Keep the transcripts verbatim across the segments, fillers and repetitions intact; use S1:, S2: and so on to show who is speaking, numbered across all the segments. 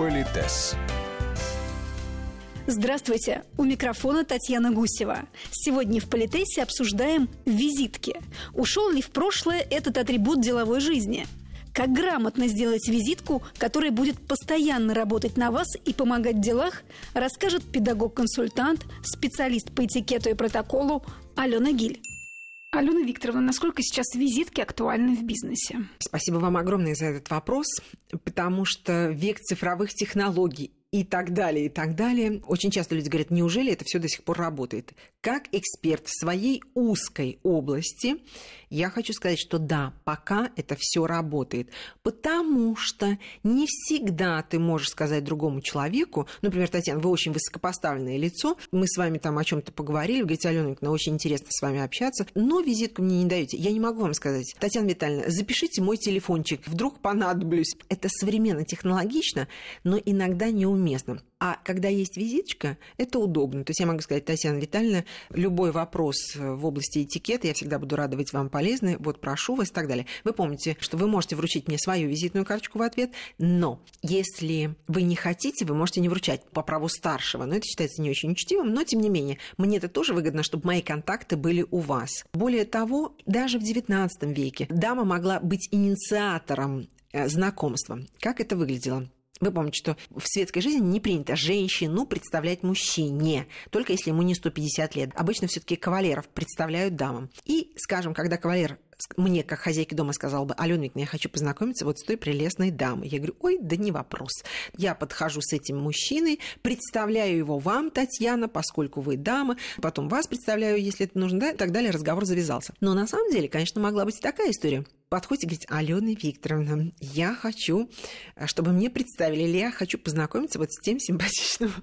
S1: Политес.
S2: Здравствуйте! У микрофона Татьяна Гусева. Сегодня в Политесе обсуждаем визитки. Ушел ли в прошлое этот атрибут деловой жизни? Как грамотно сделать визитку, которая будет постоянно работать на вас и помогать в делах, расскажет педагог-консультант, специалист по этикету и протоколу Алена Гиль. Алена Викторовна, насколько сейчас визитки актуальны в бизнесе?
S3: Спасибо вам огромное за этот вопрос, потому что век цифровых технологий и так далее, и так далее. Очень часто люди говорят, неужели это все до сих пор работает? Как эксперт в своей узкой области, я хочу сказать, что да, пока это все работает. Потому что не всегда ты можешь сказать другому человеку, например, Татьяна, вы очень высокопоставленное лицо, мы с вами там о чем-то поговорили, вы говорите, Алена Викторовна, очень интересно с вами общаться, но визитку мне не даете. Я не могу вам сказать, Татьяна Витальевна, запишите мой телефончик, вдруг понадоблюсь. Это современно, технологично, но иногда неуместно. А когда есть визиточка, это удобно. То есть я могу сказать, Татьяна Витальевна, любой вопрос в области этикета, я всегда буду рада быть вам полезной, вот прошу вас и так далее. Вы помните, что вы можете вручить мне свою визитную карточку в ответ, но если вы не хотите, вы можете не вручать по праву старшего. Но это считается не очень учтивым, но тем не менее, мне это тоже выгодно, чтобы мои контакты были у вас. Более того, даже в девятнадцатом веке дама могла быть инициатором знакомства. Как это выглядело? Вы помните, что в светской жизни не принято женщину представлять мужчине, только если ему не сто пятьдесят лет. Обычно все-таки кавалеров представляют дамам. И, скажем, когда кавалер мне, как хозяйке дома, сказал бы, Алена Викторовна, я хочу познакомиться вот с той прелестной дамой. Я говорю, ой, да не вопрос. Я подхожу с этим мужчиной, представляю его вам, Татьяна, поскольку вы дама, потом вас представляю, если это нужно, да, и так далее, разговор завязался. Но на самом деле, конечно, могла быть и такая история. Подходите и говорите, Алена Викторовна, я хочу, чтобы мне представили, или я хочу познакомиться вот с тем симпатичным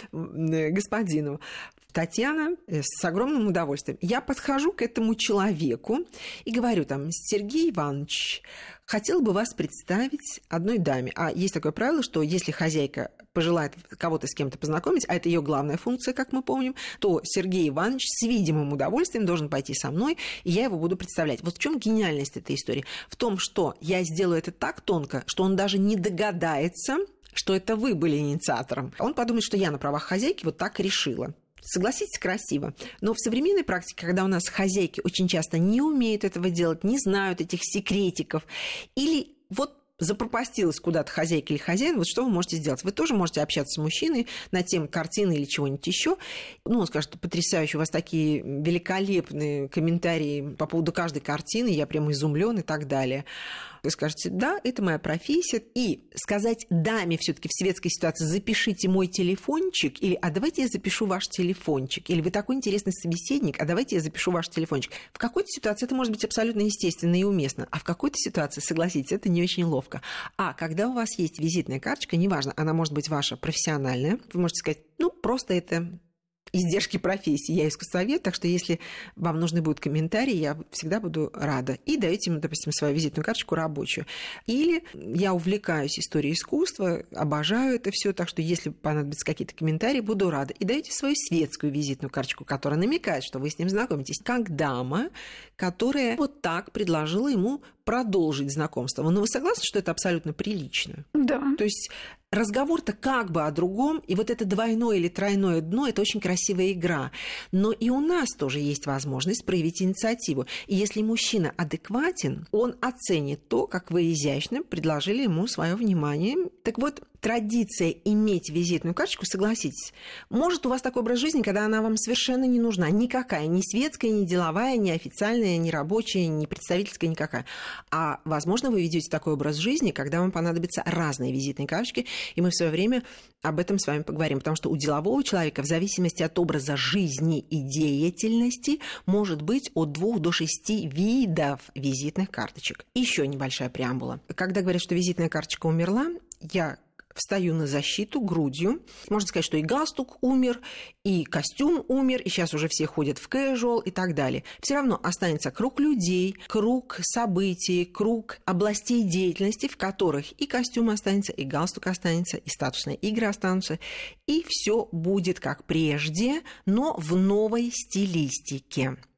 S3: господином. Татьяна, с огромным удовольствием. Я подхожу к этому человеку и говорю там, Сергей Иванович, хотел бы вас представить одной даме. А есть такое правило, что если хозяйка пожелает кого-то с кем-то познакомить, а это ее главная функция, как мы помним, то Сергей Иванович с видимым удовольствием должен пойти со мной, и я его буду представлять. Вот в чем гениальность этой истории? В том, что я сделаю это так тонко, что он даже не догадается, что это вы были инициатором. Он подумает, что я на правах хозяйки вот так решила. Согласитесь, красиво. Но в современной практике, когда у нас хозяйки очень часто не умеют этого делать, не знают этих секретиков, или вот запропастилась куда-то хозяйка или хозяин, вот что вы можете сделать? Вы тоже можете общаться с мужчиной на тему картины или чего-нибудь еще. Ну, он скажет, потрясающе, у вас такие великолепные комментарии по поводу каждой картины, я прямо изумлен и так далее. Вы скажете, да, это моя профессия. И сказать даме все-таки в светской ситуации, запишите мой телефончик, или а давайте я запишу ваш телефончик, или вы такой интересный собеседник, а давайте я запишу ваш телефончик. В какой-то ситуации это может быть абсолютно естественно и уместно, а в какой-то ситуации, согласитесь, это не очень ловко. А когда у вас есть визитная карточка, неважно, она может быть ваша профессиональная, вы можете сказать, ну, просто это издержки профессии, я искусствовед, так что если вам нужны будут комментарии, я всегда буду рада. И даете ему, допустим, свою визитную карточку рабочую. Или я увлекаюсь историей искусства, обожаю это все, так что если понадобятся какие-то комментарии, буду рада. И даете свою светскую визитную карточку, которая намекает, что вы с ним знакомитесь, как дама, которая вот так предложила ему продолжить знакомство. Но вы согласны, что это абсолютно прилично?
S2: Да.
S3: То есть разговор-то как бы о другом, и вот это двойное или тройное дно – это очень красивая игра. Но и у нас тоже есть возможность проявить инициативу. И если мужчина адекватен, он оценит то, как вы изящно предложили ему свое внимание. Так вот, традиция иметь визитную карточку, согласитесь, может у вас такой образ жизни, когда она вам совершенно не нужна. Никакая, ни светская, ни деловая, ни официальная, ни рабочая, ни представительская, никакая. А, возможно, вы ведете такой образ жизни, когда вам понадобятся разные визитные карточки, и мы в свое время об этом с вами поговорим, потому что у делового человека в зависимости от образа жизни и деятельности может быть от двух до шести видов визитных карточек. Еще небольшая преамбула. Когда говорят, что визитная карточка умерла, я встаю на защиту грудью. Можно сказать, что и галстук умер, и костюм умер, и сейчас уже все ходят в casual и так далее. Все равно останется круг людей, круг событий, круг областей деятельности, в которых и костюм останется, и галстук останется, и статусные игры останутся, и все будет как прежде, но в новой стилистике.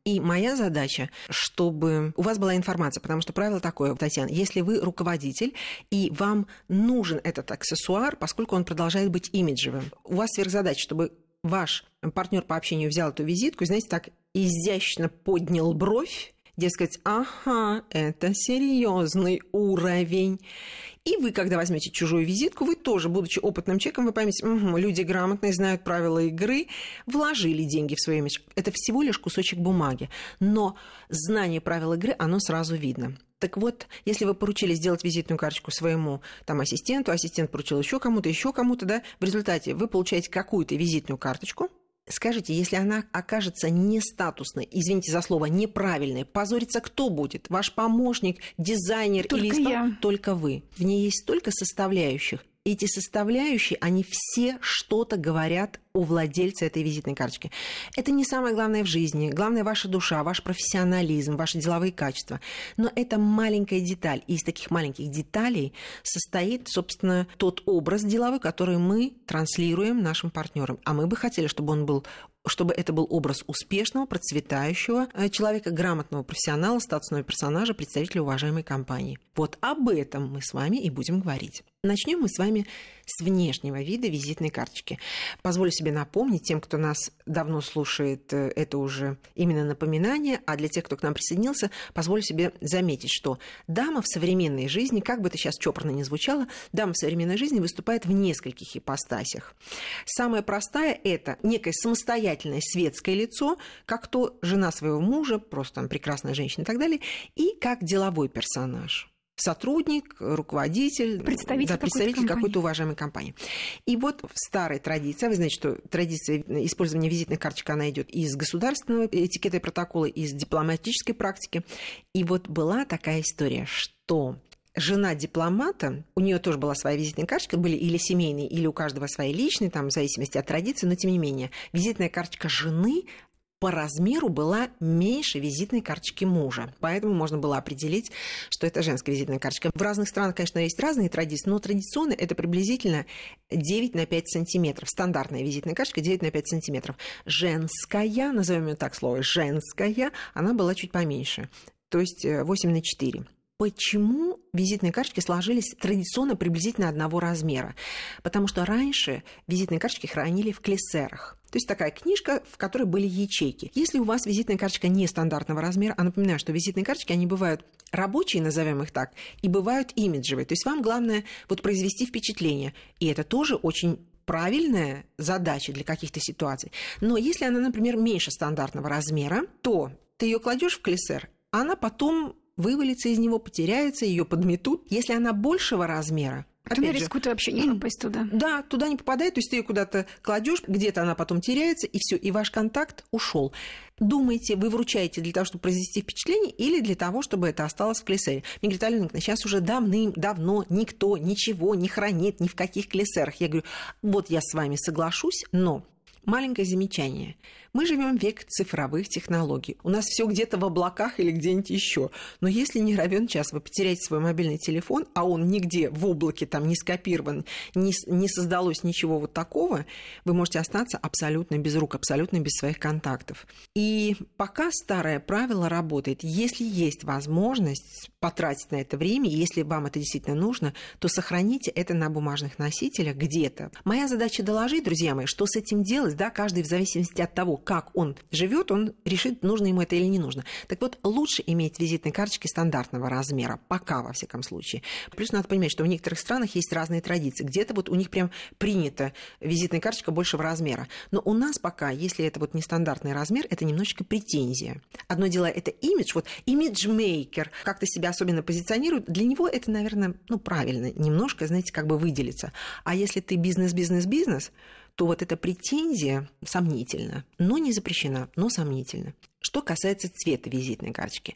S3: И моя задача, чтобы у вас была информация, потому что правило такое, Татьяна, если вы руководитель, и вам нужен этот аксессуар, поскольку он продолжает быть имиджевым, у вас сверхзадача, чтобы ваш партнер по общению взял эту визитку и, знаете, так изящно поднял бровь, дескать, ага, это серьезный уровень. И вы, когда возьмете чужую визитку, вы тоже, будучи опытным человеком, вы поймете, угу, люди грамотные, знают правила игры, вложили деньги в свой имидж. Это всего лишь кусочек бумаги. Но знание правил игры, оно сразу видно. Так вот, если вы поручили сделать визитную карточку своему там, ассистенту, ассистент поручил еще кому-то, еще кому-то, да, в результате вы получаете какую-то визитную карточку. Скажите, если она окажется нестатусной, извините за слово, неправильной, позориться кто будет? Ваш помощник, дизайнер
S2: Только
S3: или испол...
S2: я.
S3: Только вы. В ней есть столько составляющих. Эти составляющие, они все что-то говорят о владельце этой визитной карточки. Это не самое главное в жизни. Главное ваша душа, ваш профессионализм, ваши деловые качества. Но это маленькая деталь. И из таких маленьких деталей состоит, собственно, тот образ деловой, который мы транслируем нашим партнерам. А мы бы хотели, чтобы он был чтобы это был образ успешного, процветающего человека, грамотного профессионала, статусного персонажа, представителя уважаемой компании. Вот об этом мы с вами и будем говорить. Начнем мы с вами с внешнего вида визитной карточки. Позволю себе напомнить тем, кто нас давно слушает, это уже именно напоминание, а для тех, кто к нам присоединился, позволю себе заметить, что дама в современной жизни, как бы это сейчас чопорно ни звучало, дама в современной жизни выступает в нескольких ипостасях. Самая простая – это некое самостоятельное светское лицо, как то жена своего мужа, просто там прекрасная женщина и так далее, и как деловой персонаж. Сотрудник, руководитель,
S2: представитель,
S3: да, представитель
S2: какой-то,
S3: какой-то уважаемой компании. И вот в старой традиции, вы знаете, что традиция использования визитных карточек, она идет из государственного этикета и протокола, из дипломатической практики. И вот была такая история, что жена дипломата, у нее тоже была своя визитная карточка, были или семейные, или у каждого свои личные, там, в зависимости от традиции, но тем не менее, визитная карточка жены по размеру была меньше визитной карточки мужа. Поэтому можно было определить, что это женская визитная карточка. В разных странах, конечно, есть разные традиции, но традиционно это приблизительно девять на пять сантиметров. Стандартная визитная карточка девять на пять сантиметров. Женская, назовем ее так слово, женская, она была чуть поменьше, то есть восемь на четыре. Почему визитные карточки сложились традиционно приблизительно одного размера? Потому что раньше визитные карточки хранили в клиссерах. То есть такая книжка, в которой были ячейки. Если у вас визитная карточка нестандартного размера, а напоминаю, что визитные карточки, они бывают рабочие, назовем их так, и бывают имиджевые. То есть вам главное вот произвести впечатление. И это тоже очень правильная задача для каких-то ситуаций. Но если она, например, меньше стандартного размера, то ты ее кладешь в клиссер, а она потом вывалится из него, потеряется, ее подметут. Если она большего размера,
S2: то она рискует вообще не попасть туда.
S3: Да, туда не попадает, то есть ты ее куда-то кладешь, где-то она потом теряется, и все, и ваш контакт ушел. Думаете, вы вручаете для того, чтобы произвести впечатление, или для того, чтобы это осталось в клиссере? Мне говорит, Алена Николаевна, сейчас уже давным-давно никто ничего не хранит ни в каких клиссерах. Я говорю, вот я с вами соглашусь, но маленькое замечание. Мы живем в век цифровых технологий. У нас все где-то в облаках или где-нибудь еще. Но если не равен час, вы потеряете свой мобильный телефон, а он нигде в облаке там не скопирован, не, не создалось ничего вот такого, вы можете остаться абсолютно без рук, абсолютно без своих контактов. И пока старое правило работает, если есть возможность потратить на это время, если вам это действительно нужно, то сохраните это на бумажных носителях где-то. Моя задача доложить, друзья мои, что с этим делать, да, каждый в зависимости от того, как он живет, он решит, нужно ему это или не нужно. Так вот, лучше иметь визитные карточки стандартного размера, пока, во всяком случае. Плюс надо понимать, что в некоторых странах есть разные традиции. Где-то вот у них прям принята визитная карточка большего размера. Но у нас пока, если это вот нестандартный размер, это немножечко претензия. Одно дело, это имидж, вот имиджмейкер как-то себя особенно позиционирует. Для него это, наверное, ну, правильно, немножко, знаете, как бы выделиться. А если ты бизнес-бизнес-бизнес, то вот эта претензия сомнительна, но не запрещена, но сомнительна. Что касается цвета визитной карточки.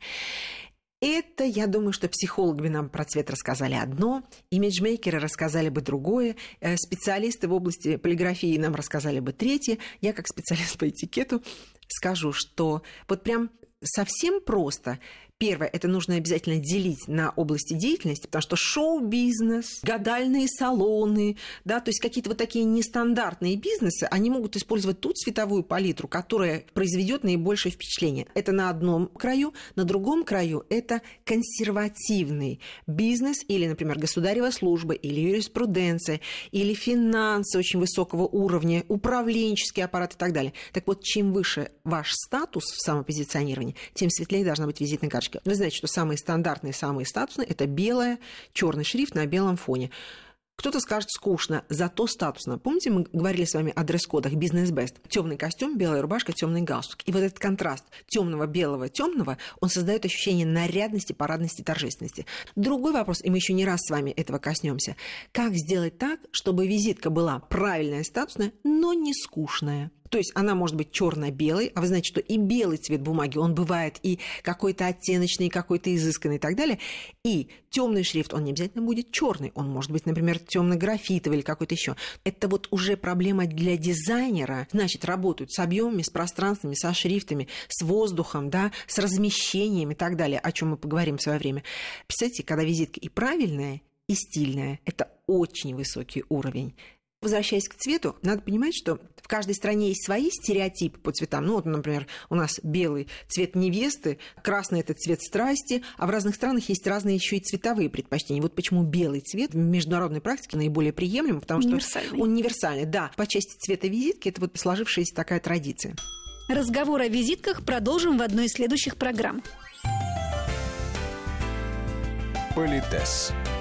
S3: Это, я думаю, что психологи нам про цвет рассказали одно, имиджмейкеры рассказали бы другое, специалисты в области полиграфии нам рассказали бы третье. Я, как специалист по этикету, скажу, что вот прям совсем просто Первое, это нужно обязательно делить на области деятельности, потому что шоу-бизнес, гадальные салоны, да, то есть какие-то вот такие нестандартные бизнесы, они могут использовать ту цветовую палитру, которая произведет наибольшее впечатление. Это на одном краю, на другом краю это консервативный бизнес или, например, государева служба, или юриспруденция, или финансы очень высокого уровня, управленческий аппарат и так далее. Так вот, чем выше ваш статус в самопозиционировании, тем светлее должна быть визитная карточка. Вы знаете, что самые стандартные, самые статусные – это белая, черный шрифт на белом фоне. Кто-то скажет скучно, зато статусно. Помните, мы говорили с вами о дресс-кодах бизнес-бест? Темный костюм, белая рубашка, темный галстук. И вот этот контраст темного, белого, темного, он создает ощущение нарядности, парадности, торжественности. Другой вопрос, и мы еще не раз с вами этого коснемся. Как сделать так, чтобы визитка была правильная, статусная, но не скучная? То есть она может быть черно-белой, а вы знаете, что и белый цвет бумаги, он бывает и какой-то оттеночный, и какой-то изысканный и так далее. И темный шрифт, он не обязательно будет черный, он может быть, например, темно-графитовый или какой-то еще. Это вот уже проблема для дизайнера. Значит, работают с объемами, с пространствами, со шрифтами, с воздухом, да, с размещением и так далее, о чем мы поговорим в свое время. Представляете, когда визитка и правильная, и стильная, это очень высокий уровень. Возвращаясь к цвету, надо понимать, что в каждой стране есть свои стереотипы по цветам. Ну, вот, например, у нас белый цвет невесты, красный – это цвет страсти, а в разных странах есть разные еще и цветовые предпочтения. Вот почему белый цвет в международной практике наиболее приемлем, потому что он универсальный. Да, по части цвета визитки это вот сложившаяся такая традиция.
S2: Разговор о визитках продолжим в одной из следующих программ.
S1: Политес.